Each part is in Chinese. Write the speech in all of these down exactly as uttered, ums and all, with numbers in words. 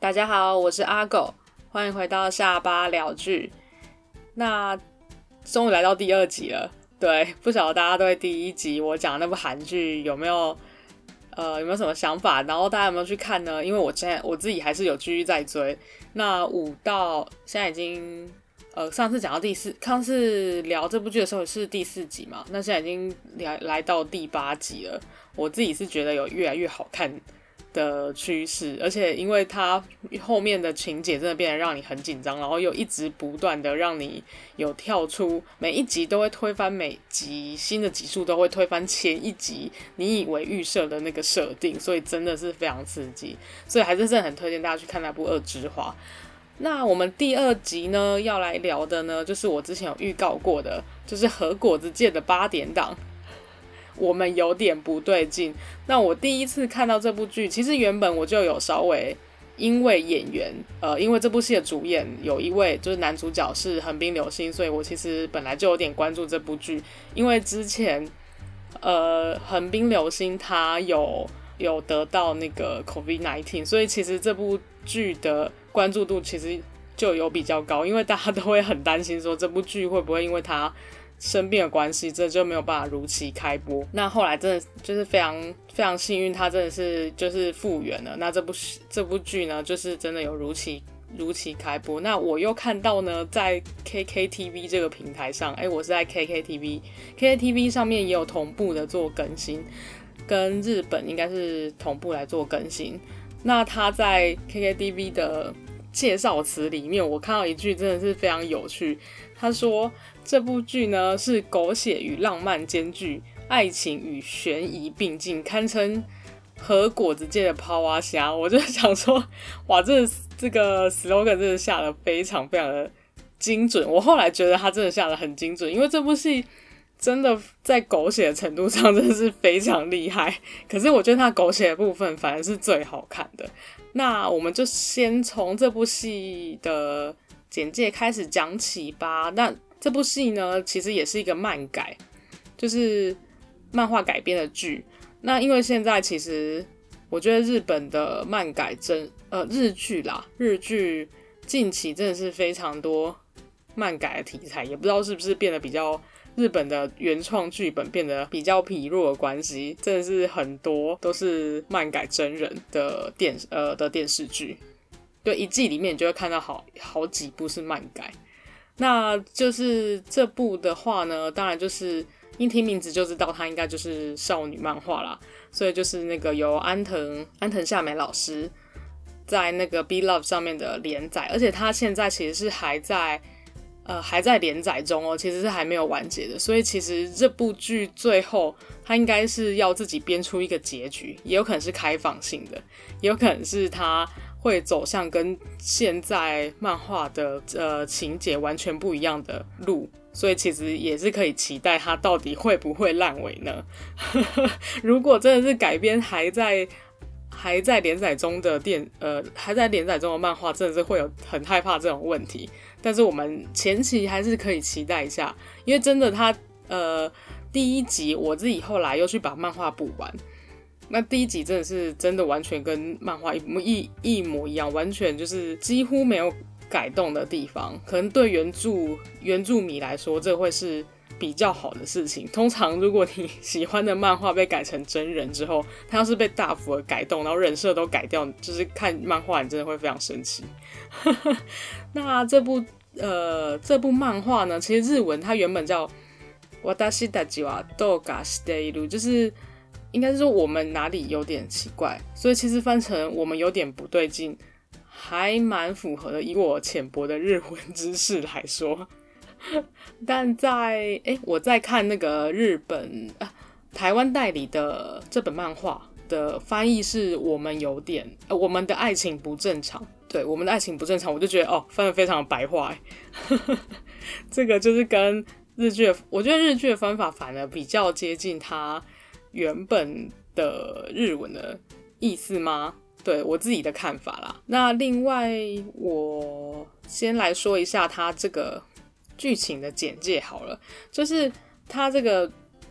大家好，我是阿狗，欢迎回到下巴聊剧。那终于来到第二集了，对，不晓得大家对第一集我讲的那部韩剧有没有呃有没有什么想法？然后大家有没有去看呢？因为我现在我自己还是有继续在追。那五到现在已经呃上次讲到第四，上次聊这部剧的时候是第四集嘛，那现在已经来来到第八集了。我自己是觉得有越来越好看的趋势，而且因为它后面的情节真的变得让你很紧张，然后又一直不断的让你有跳出，每一集都会推翻，每集新的集数都会推翻前一集你以为预设的那个设定，所以真的是非常刺激，所以还是真的很推荐大家去看那部《恶之花》。那我们第二集呢要来聊的呢，就是我之前有预告过的，就是和果子界的八点档。我们有点不对劲。那我第一次看到这部剧，其实原本我就有稍微因为演员，呃，因为这部戏的主演有一位就是男主角是横滨流星，所以我其实本来就有点关注这部剧，因为之前呃横滨流星他有有得到那个 COVID 十九， 所以其实这部剧的关注度其实就有比较高，因为大家都会很担心说这部剧会不会因为他生病的关系，这就没有办法如期开播。那后来真的就是非常非常幸运，它真的是就是复原了。那这部这部剧呢，就是真的有如期如期开播。那我又看到呢，在 K K T V 这个平台上，哎，我是在 K K T V，K K T V 上面也有同步的做更新，跟日本应该是同步来做更新。那他在 K K T V 的介绍词里面，我看到一句真的是非常有趣，他说这部剧呢是狗血与浪漫兼具，爱情与悬疑并进，堪称和果子界的抛蛙虾。我就想说，哇，这这个 slogan 真的下得非常非常的精准。我后来觉得他真的下得很精准，因为这部戏真的在狗血的程度上真的是非常厉害。可是我觉得他狗血的部分反而是最好看的。那我们就先从这部戏的简介开始讲起吧。那这部戏呢，其实也是一个漫改，就是漫画改编的剧。那因为现在其实我觉得日本的漫改真呃日剧啦，日剧近期真的是非常多漫改的题材，也不知道是不是变得比较日本的原创剧本变得比较疲弱的关系，真的是很多都是漫改真人的电呃的电视剧。对，一季里面你就会看到好好几部是漫改。那就是这部的话呢，当然就是一听名字就知道它应该就是少女漫画啦，所以就是那个由安藤安藤夏美老师在那个 B Love 上面的连载，而且它现在其实是还在呃还在连载中哦，其实是还没有完结的，所以其实这部剧最后它应该是要自己编出一个结局，也有可能是开放性的，也有可能是它会走向跟现在漫画的呃情节完全不一样的路，所以其实也是可以期待它到底会不会烂尾呢？如果真的是改编还在还在连载中的电呃还在连载中的漫画，真的是会有很害怕这种问题。但是我们前期还是可以期待一下，因为真的它呃第一集我自己后来又去把漫画补完。那第一集真的是真的完全跟漫画 一, 一, 一模一样，完全就是几乎没有改动的地方。可能对原著原著迷来说，这会是比较好的事情。通常如果你喜欢的漫画被改成真人之后，它要是被大幅的改动，然后人设都改掉，就是看漫画你真的会非常生气。那这部呃这部漫画呢，其实日文它原本叫私たちはどうかしている，就是应该是说我们哪里有点奇怪，所以其实翻成我们有点不对劲，还蛮符合的。以我浅薄的日文知识来说，但在诶我在看那个日本、啊、台湾代理的这本漫画的翻译是我们有点、呃、我们的爱情不正常。对，我们的爱情不正常，我就觉得哦，翻得非常的白话诶这个就是跟日剧的，我觉得日剧的翻法反而比较接近它原本的日文的意思吗？对，我自己的看法啦。那另外我先来说一下它这个剧情的简介好了，就是它这个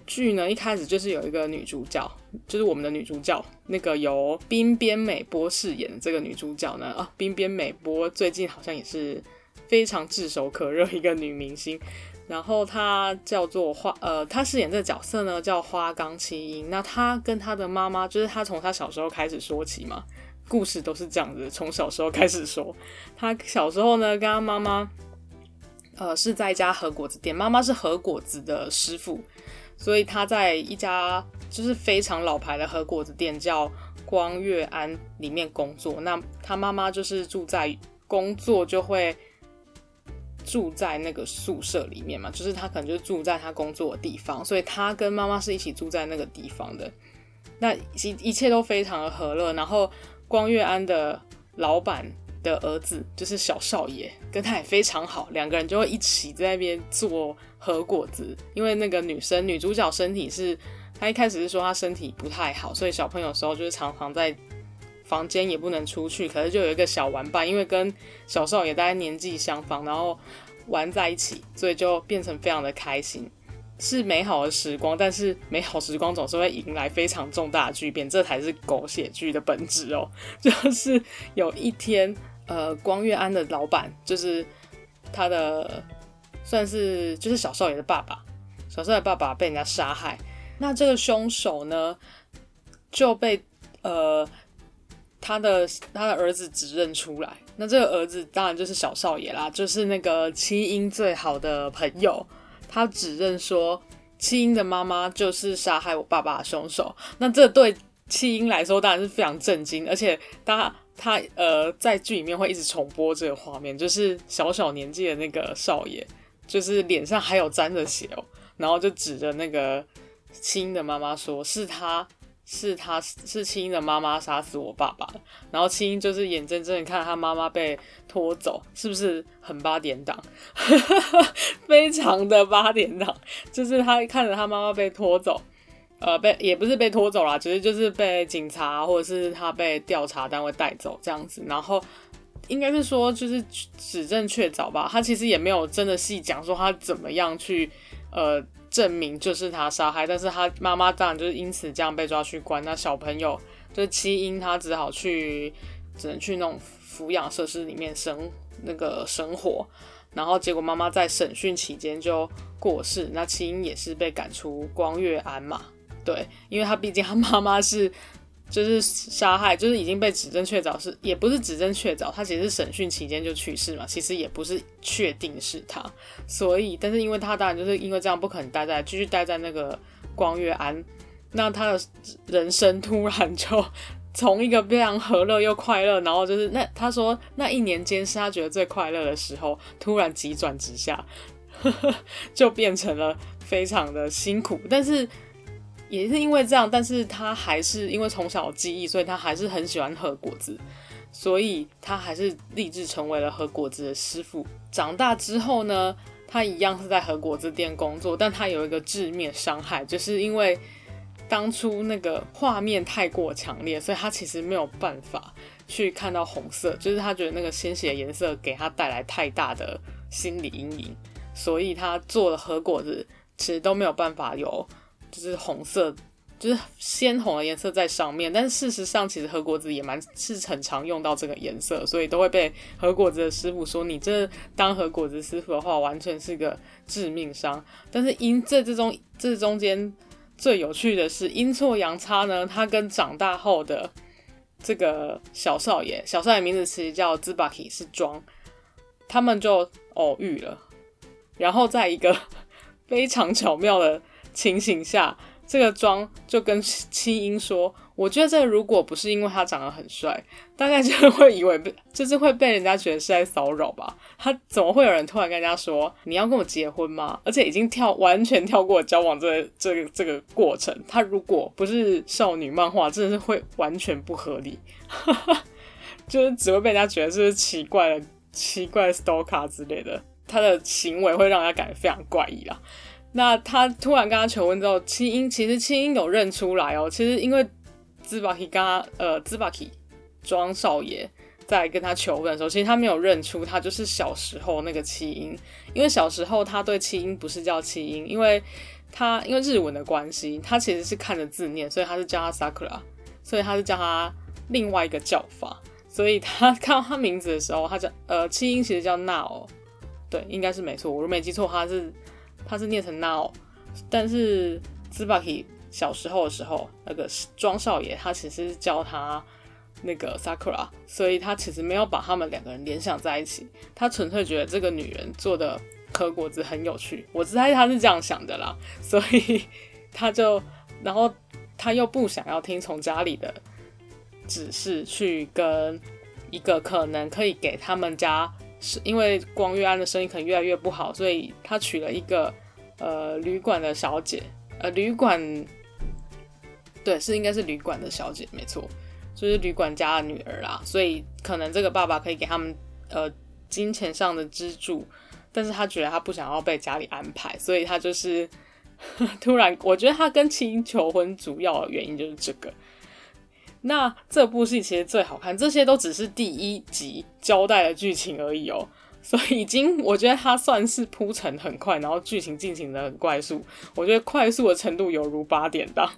剧呢一开始就是有一个女主角，就是我们的女主角，那个由滨边美波饰演的这个女主角呢，啊，滨边美波最近好像也是非常炙手可热一个女明星。然后她叫做花，呃，她饰演这个角色呢叫花冈七音。那她跟她的妈妈，就是她从她小时候开始说起嘛，故事都是这样子，从小时候开始说。她小时候呢跟她妈妈，呃，是在一家和果子店，妈妈是和果子的师傅。所以他在一家就是非常老牌的和果子店叫光月庵里面工作。那他妈妈就是住在工作就会住在那个宿舍里面嘛，就是他可能就住在他工作的地方，所以他跟妈妈是一起住在那个地方的。那一切都非常的和乐。然后光月庵的老板的儿子就是小少爷，跟他也非常好，两个人就会一起在那边做和果子。因为那个女生女主角身体是，她一开始是说她身体不太好，所以小朋友的时候就是常常在房间也不能出去，可是就有一个小玩伴，因为跟小少爷大概年纪相仿，然后玩在一起，所以就变成非常的开心，是美好的时光。但是美好时光总是会迎来非常重大的巨变，这才是狗血剧的本质哦。就是有一天呃，光月庵的老板就是他的算是就是小少爷的爸爸，小少爷的爸爸被人家杀害。那这个凶手呢就被呃他的他的儿子指认出来。那这个儿子当然就是小少爷啦，就是那个七音最好的朋友。他指认说七音的妈妈就是杀害我爸爸的凶手。那这对七音来说当然是非常震惊，而且他他呃在剧里面会一直重播这个画面，就是小小年纪的那个少爷，就是脸上还有沾着血哦，然后就指着那个七音的妈妈说是他是他是七音的妈妈杀死我爸爸。然后七音就是眼睁睁的看他妈妈被拖走，是不是很八点档？非常的八点档，就是他看着他妈妈被拖走。呃，被也不是被拖走啦，只是就是被警察或者是他被调查单位带走这样子。然后应该是说就是指证确凿吧，他其实也没有真的细讲说他怎么样去呃证明就是他杀害，但是他妈妈当然就是因此这样被抓去关。那小朋友就是七音，他只好去只能去那种抚养设施里面生那个生活。然后结果妈妈在审讯期间就过世，那七音也是被赶出光月庵嘛。对，因为他毕竟他妈妈是就是杀害，就是已经被指证确凿，是也不是指证确凿，他其实是审讯期间就去世嘛，其实也不是确定是他。所以但是因为他当然就是因为这样不可能待在继续待在那个光月庵，那他的人生突然就从一个非常和乐又快乐，然后就是那他说那一年间是他觉得最快乐的时候，突然急转直下，就变成了非常的辛苦。但是也是因为这样，但是他还是因为从小的记忆，所以他还是很喜欢和果子，所以他还是立志成为了和果子的师傅。长大之后呢，他一样是在和果子店工作，但他有一个致命伤害，就是因为当初那个画面太过强烈，所以他其实没有办法去看到红色，就是他觉得那个鲜血的颜色给他带来太大的心理阴影，所以他做了和果子其实都没有办法有就是红色，就是鲜红的颜色在上面。但是事实上其实和果子也蛮是很常用到这个颜色，所以都会被和果子的师傅说你这当和果子师傅的话完全是个致命伤。但是因这之中这中间最有趣的是阴错阳差呢，他跟长大后的这个小少爷，小少爷名字其实叫 Tsubaki 是庄，他们就偶遇了。然后在一个非常巧妙的情形下，这个庄就跟七音说，我觉得这个如果不是因为他长得很帅，大概就会以为就是会被人家觉得是在骚扰吧。他怎么会有人突然跟人家说你要跟我结婚吗？而且已经跳完全跳过交往这个这个这个过程，他如果不是少女漫画真的是会完全不合理。就是只会被人家觉得是不是奇怪的奇怪的 stalker 之类的，他的行为会让人家感觉非常怪异啦。那他突然跟他求婚之后，七音其实七音有认出来哦。其实因为Tsubaki跟他呃 Tsubaki 庄少爷在跟他求婚的时候，其实他没有认出他就是小时候那个七音，因为小时候他对七音不是叫七音，因为他因为日文的关系，他其实是看着字念，所以他是叫他 Sakura， 所以他是叫他另外一个叫法。所以他看到他名字的时候，他叫呃七音其实叫 Nao， 对，应该是没错，我如果没记错，他是他是念成 Nao， 但是 Tsubaki 小时候的时候，那个庄少爷他其实是教他那个 Sakura， 所以他其实没有把他们两个人联想在一起，他纯粹觉得这个女人做的和果子很有趣，我猜他是这样想的啦，所以他就，然后他又不想要听从家里的指示去跟一个可能可以给他们家，因为光月庵的生意可能越来越不好，所以他娶了一个呃旅馆的小姐，呃旅馆，对，是应该是旅馆的小姐，没错，就是旅馆家的女儿啦，所以可能这个爸爸可以给他们呃金钱上的资助，但是他觉得他不想要被家里安排，所以他就是突然，我觉得他跟七音求婚主要的原因就是这个。那这部戏其实最好看，这些都只是第一集交代的剧情而已哦，所以已经我觉得它算是铺陈很快，然后剧情进行的很快速，我觉得快速的程度犹如八点档，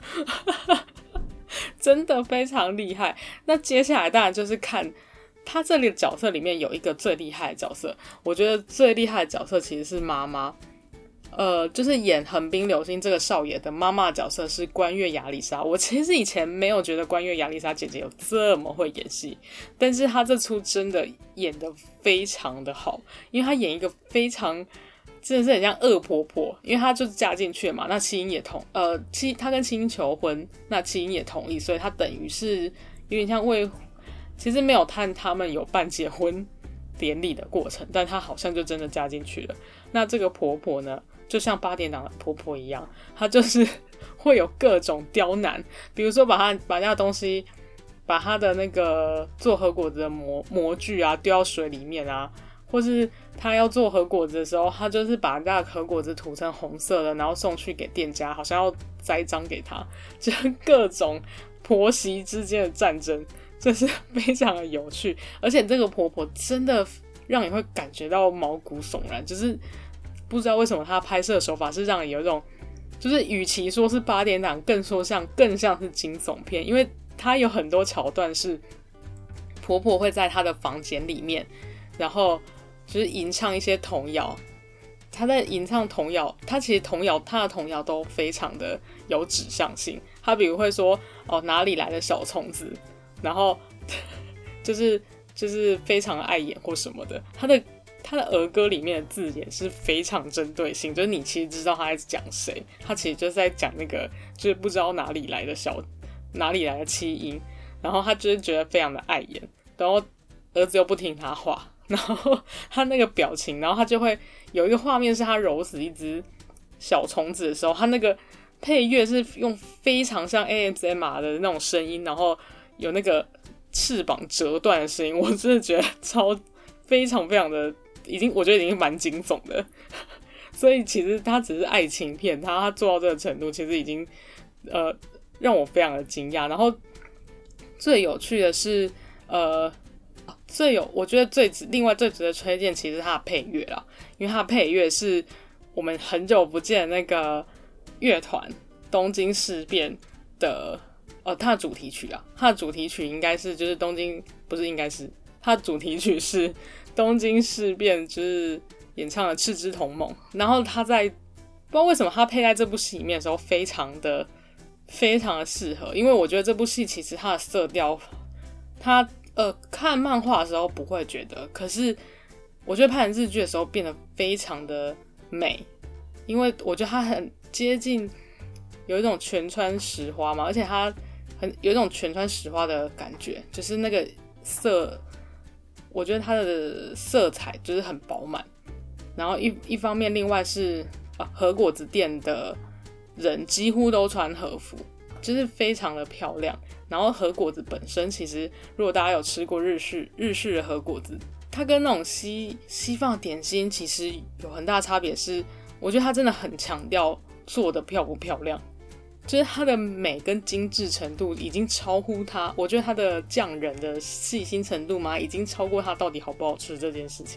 真的非常厉害。那接下来当然就是看他这里的角色里面有一个最厉害的角色，我觉得最厉害的角色其实是妈妈。呃，就是演横滨流星这个少爷的妈妈的角色是关月亚里沙。我其实以前没有觉得关月亚里沙姐姐有这么会演戏，但是她这出真的演得非常的好，因为她演一个非常真的是很像恶婆婆，因为她就是嫁进去了嘛，那七音也同呃七她跟七音求婚，那七音也同意，所以她等于是有点像为，其实没有看他们有办结婚典礼的过程，但她好像就真的嫁进去了。那这个婆婆呢，就像八点档的婆婆一样，她就是会有各种刁难，比如说把她把那东西，把她的那个做和果子的模模具啊丢到水里面啊，或是她要做和果子的时候，她就是把那和果子涂成红色的，然后送去给店家，好像要栽赃给她，就各种婆媳之间的战争，就是非常的有趣，而且这个婆婆真的让你会感觉到毛骨悚然，就是不知道为什么她拍摄的手法是让你有一种，就是与其说是八点档，更说像更像是惊悚片，因为她有很多桥段是婆婆会在她的房间里面，然后就是吟唱一些童谣。她在吟唱童谣，她其实童谣她的童谣都非常的有指向性。她比如会说哦哪里来的小虫子，然后就是就是非常爱演或什么的。她的她的儿歌里面的字眼是非常针对性，就是你其实知道她在讲谁，她其实就是在讲那个就是不知道哪里来的小哪里来的七音，然后她就是觉得非常的爱演，然后儿子又不听她话，然后她那个表情，然后她就会有一个画面是她揉死一只小虫子的时候，她那个配乐是用非常像 A S M R 的那种声音，然后有那个翅膀折断的声音，我真的觉得超非常非常的，已经我觉得已经蛮惊悚的。所以其实它只是爱情片，它它做到这个程度，其实已经呃让我非常的惊讶。然后最有趣的是，呃，最有我觉得最另外最值得推荐，其实是它的配乐啦，因为它的配乐是我们很久不见的那个乐团东京事变的。呃，它的主题曲啊，它的主题曲应该是就是东京，不是应该是它的主题曲是东京事变，就是演唱的《赤之同盟》。然后他在不知道为什么他配在这部戏里面的时候，非常的非常的适合，因为我觉得这部戏其实它的色调，它呃看漫画的时候不会觉得，可是我觉得拍成日剧的时候变得非常的美，因为我觉得它很接近有一种全川石花嘛，而且它很有一种全川石花的感觉，就是那个色，我觉得它的色彩就是很饱满。然后 一, 一方面，另外是啊和果子店的人几乎都穿和服，就是非常的漂亮。然后和果子本身，其实如果大家有吃过日式日式的和果子，它跟那种西西方的点心其实有很大差别是，我觉得它真的很强调做的漂不漂亮。就是它的美跟精致程度已经超乎它，我觉得它的匠人的细心程度嘛，已经超过它到底好不好吃这件事情。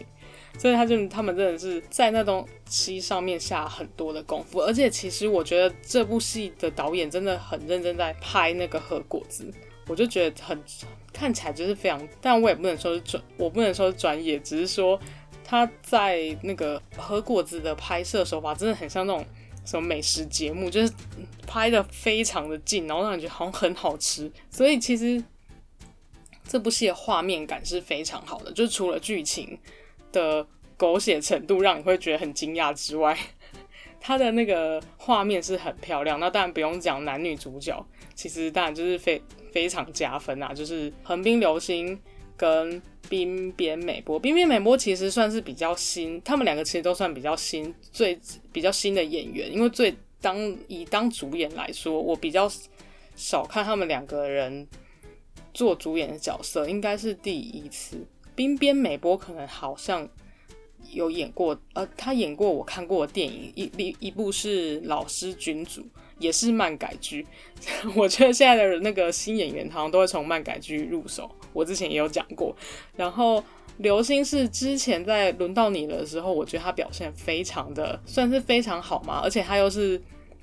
所以他就他们真的是在那东西上面下很多的功夫，而且其实我觉得这部戏的导演真的很认真在拍那个和果子，我就觉得很看起来就是非常，但我也不能说是专，我不能说是专业，只是说他在那个和果子的拍摄手法真的很像那种什么美食节目，就是拍的非常的近，然后让你觉得好像很好吃，所以其实这部戏的画面感是非常好的，就是除了剧情的狗血程度让你会觉得很惊讶之外，它的那个画面是很漂亮。那当然不用讲男女主角，其实当然就是非非常加分啊，就是横滨流星跟滨边美波。滨边美波其实算是比较新，他们两个其实都算比较新，最比较新的演员，因为最当以当主演来说，我比较少看他们两个人做主演的角色，应该是第一次。滨边美波可能好像有演过，呃，他演过我看过的电影，一一部是《老师君主》，也是漫改剧。我觉得现在的那个新演员好像都会从漫改剧入手，我之前也有讲过。然后流星是之前在轮到你的时候，我觉得他表现非常的算是非常好嘛，而且他又是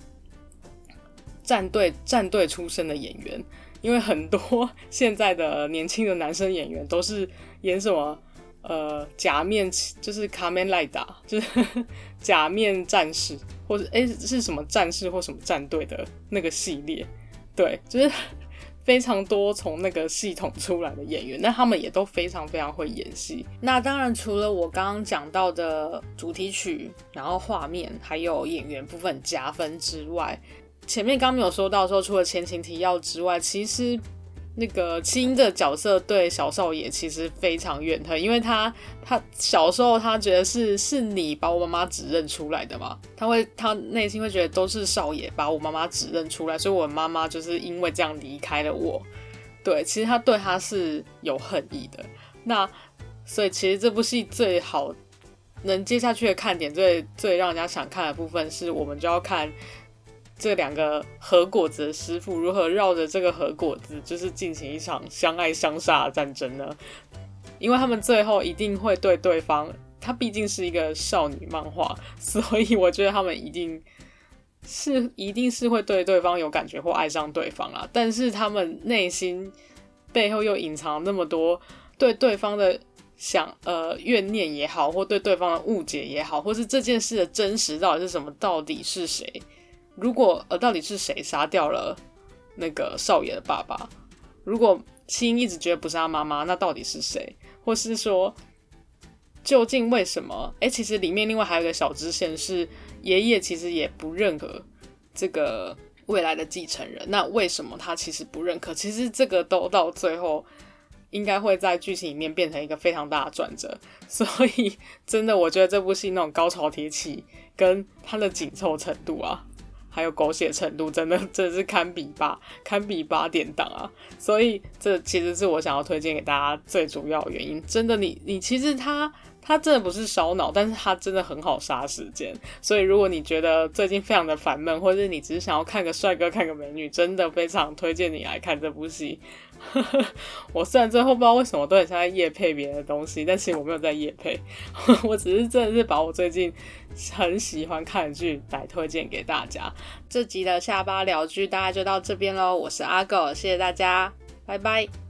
战队战队出身的演员。因为很多现在的年轻的男生演员都是演什么呃假面，就是卡面赖达，就是假面战士，或者诶是什么战士或什么战队的那个系列，对，就是非常多从那个系统出来的演员，那他们也都非常非常会演戏。那当然除了我刚刚讲到的主题曲，然后画面还有演员部分加分之外，前面刚没有说到说，除了前情提要之外，其实那个七英的角色对小少爷其实非常怨恨，因为他他小时候他觉得是是你把我妈妈指认出来的嘛，他会他内心会觉得都是少爷把我妈妈指认出来，所以我妈妈就是因为这样离开了我。对，其实他对他是有恨意的。那所以其实这部戏最好能接下去的看点，最最让人家想看的部分是，我们就要看这两个和果子的师傅如何绕着这个和果子，就是进行一场相爱相杀的战争呢？因为他们最后一定会对对方，它毕竟是一个少女漫画，所以我觉得他们一定是一定是会对对方有感觉或爱上对方啦。但是他们内心背后又隐藏那么多对对方的想呃怨念也好，或对对方的误解也好，或是这件事的真实到底是什么，到底是谁？如果呃，到底是谁杀掉了那个少爷的爸爸？如果七英一直觉得不是他妈妈，那到底是谁？或是说，究竟为什么？哎，其实里面另外还有一个小支线是，爷爷其实也不认可这个未来的继承人。那为什么他其实不认可？其实这个都到最后应该会在剧情里面变成一个非常大的转折。所以真的，我觉得这部戏那种高潮迭起跟它的紧凑程度啊，还有狗血程度，真的真的是堪比八堪比八点档啊！所以这其实是我想要推荐给大家最主要的原因。真的你，你你其实它它真的不是烧脑，但是它真的很好杀时间。所以如果你觉得最近非常的烦闷，或者是你只是想要看个帅哥看个美女，真的非常推荐你来看这部戏。我虽然最后不知道为什么都很像在业配别人的东西，但其实我没有在业配，我只是真的是把我最近很喜欢看的剧来推荐给大家。这集的下巴聊剧大概就到这边咯，我是阿狗，谢谢大家，拜拜。